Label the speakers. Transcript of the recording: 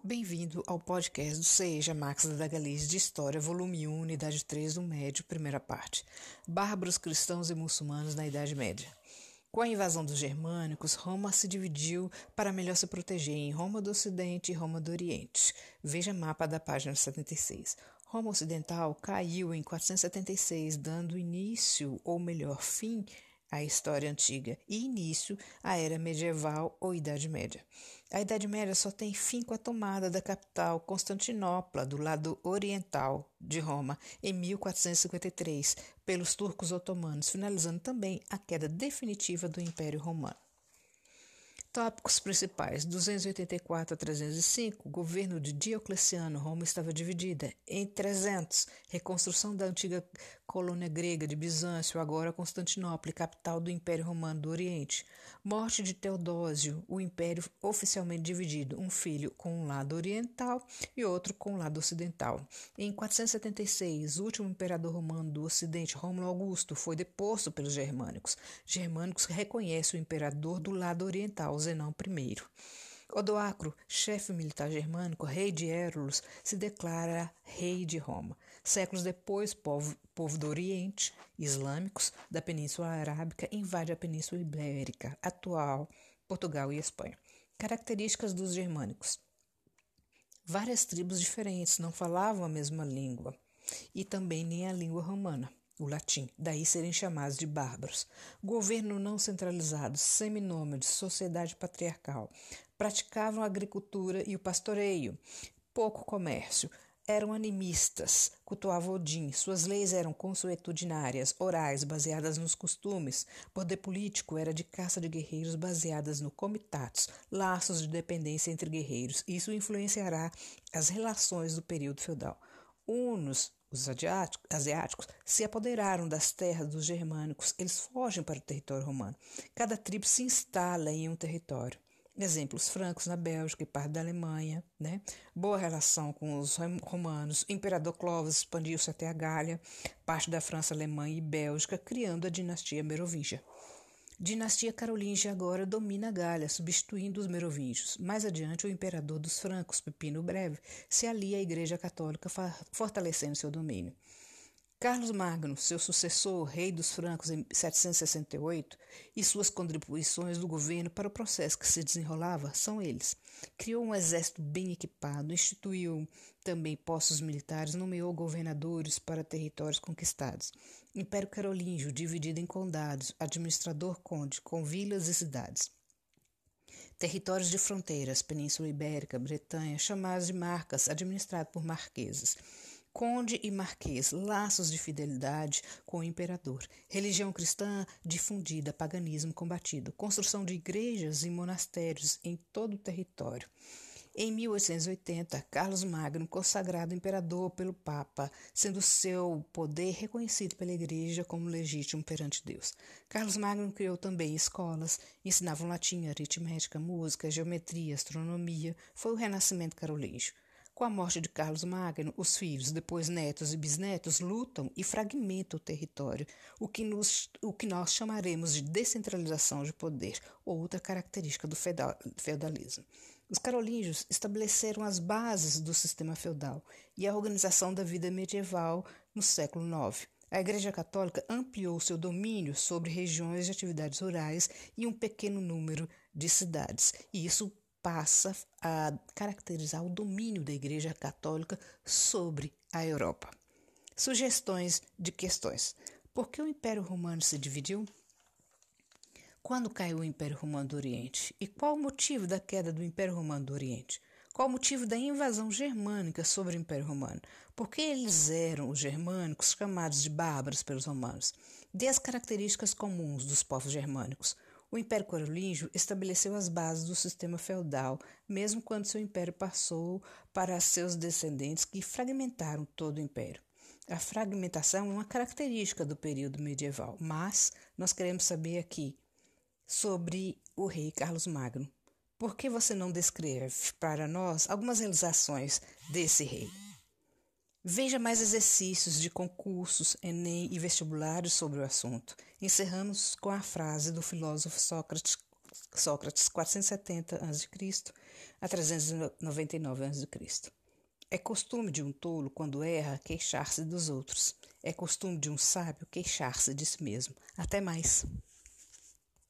Speaker 1: Bem-vindo ao podcast do CEJA Max da Galiza de História, volume 1, unidade 3 do Médio, primeira parte. Bárbaros cristãos e muçulmanos na Idade Média. Com a invasão dos germânicos, Roma se dividiu para melhor se proteger em Roma do Ocidente e Roma do Oriente. Veja mapa da página 76. Roma Ocidental caiu em 476, dando início, ou melhor, fim, à história antiga e início à Era Medieval ou Idade Média. A Idade Média só tem fim com a tomada da capital Constantinopla, do lado oriental de Roma, em 1453, pelos turcos otomanos, finalizando também a queda definitiva do Império Romano. Tópicos principais: 284 a 305, governo de Diocleciano, Roma estava dividida. Em 300, reconstrução da antiga colônia grega de Bizâncio, agora Constantinopla, capital do Império Romano do Oriente. Morte de Teodósio, o império oficialmente dividido, um filho com um lado oriental e outro com o lado ocidental. Em 476, o último imperador romano do Ocidente, Rômulo Augusto, foi deposto pelos germânicos. Germânicos reconhecem o imperador do lado oriental, Zenão I. Odoacro, chefe militar germânico, rei de Érulos, se declara rei de Roma. Séculos depois, povo do Oriente, islâmicos da Península Arábica, invade a Península Ibérica, atual Portugal e Espanha. Características dos germânicos. Várias tribos diferentes não falavam a mesma língua e também nem a língua romana, o latim, daí serem chamados de bárbaros. Governo não centralizado, seminômade, sociedade patriarcal. Praticavam a agricultura e o pastoreio. Pouco comércio. Eram animistas, cultuavam Odin. Suas leis eram consuetudinárias, orais, baseadas nos costumes. Poder político era de caça de guerreiros baseadas no comitatus, laços de dependência entre guerreiros. Isso influenciará as relações do período feudal. Os asiáticos se apoderaram das terras dos germânicos, eles fogem para o território romano. Cada tribo se instala em um território. Exemplo, os francos na Bélgica e parte da Alemanha, Boa relação com os romanos. O imperador Clovis expandiu-se até a Gália, parte da França, Alemanha e Bélgica, criando a dinastia merovingia. Dinastia carolíngia agora domina a Gália, substituindo os merovingios. Mais adiante, o imperador dos francos, Pipino o Breve, se alia à Igreja Católica, fortalecendo seu domínio. Carlos Magno, seu sucessor, rei dos francos em 768, e suas contribuições do governo para o processo que se desenrolava são eles. Criou um exército bem equipado, instituiu também postos militares, nomeou governadores para territórios conquistados. Império Carolíngio, dividido em condados, administrador conde, com vilas e cidades. Territórios de fronteiras, Península Ibérica, Bretanha, chamados de marcas, administrado por marqueses. Conde e marquês, laços de fidelidade com o imperador. Religião cristã difundida, paganismo combatido. Construção de igrejas e monastérios em todo o território. Em 1880, Carlos Magno, consagrado imperador pelo Papa, sendo seu poder reconhecido pela Igreja como legítimo perante Deus. Carlos Magno criou também escolas, ensinavam latim, aritmética, música, geometria, astronomia. Foi o Renascimento carolíngio. Com a morte de Carlos Magno, os filhos, depois netos e bisnetos, lutam e fragmentam o território, o que nós chamaremos de descentralização de poder, outra característica do feudalismo. Os carolíngios estabeleceram as bases do sistema feudal e a organização da vida medieval no século IX. A Igreja Católica ampliou seu domínio sobre regiões de atividades rurais e um pequeno número de cidades, e isso passa a caracterizar o domínio da Igreja Católica sobre a Europa. Sugestões de questões. Por que o Império Romano se dividiu? Quando caiu o Império Romano do Oriente? E qual o motivo da queda do Império Romano do Oriente? Qual o motivo da invasão germânica sobre o Império Romano? Por que eles eram, os germânicos, chamados de bárbaros pelos romanos? Dê as características comuns dos povos germânicos. O Império Carolíngio estabeleceu as bases do sistema feudal, mesmo quando seu império passou para seus descendentes que fragmentaram todo o império. A fragmentação é uma característica do período medieval, mas nós queremos saber aqui sobre o rei Carlos Magno. Por que você não descreve para nós algumas realizações desse rei? Veja mais exercícios de concursos, Enem e vestibulares sobre o assunto. Encerramos com a frase do filósofo Sócrates, 470 a.C. a 399 a.C. É costume de um tolo, quando erra, queixar-se dos outros. É costume de um sábio queixar-se de si mesmo. Até mais.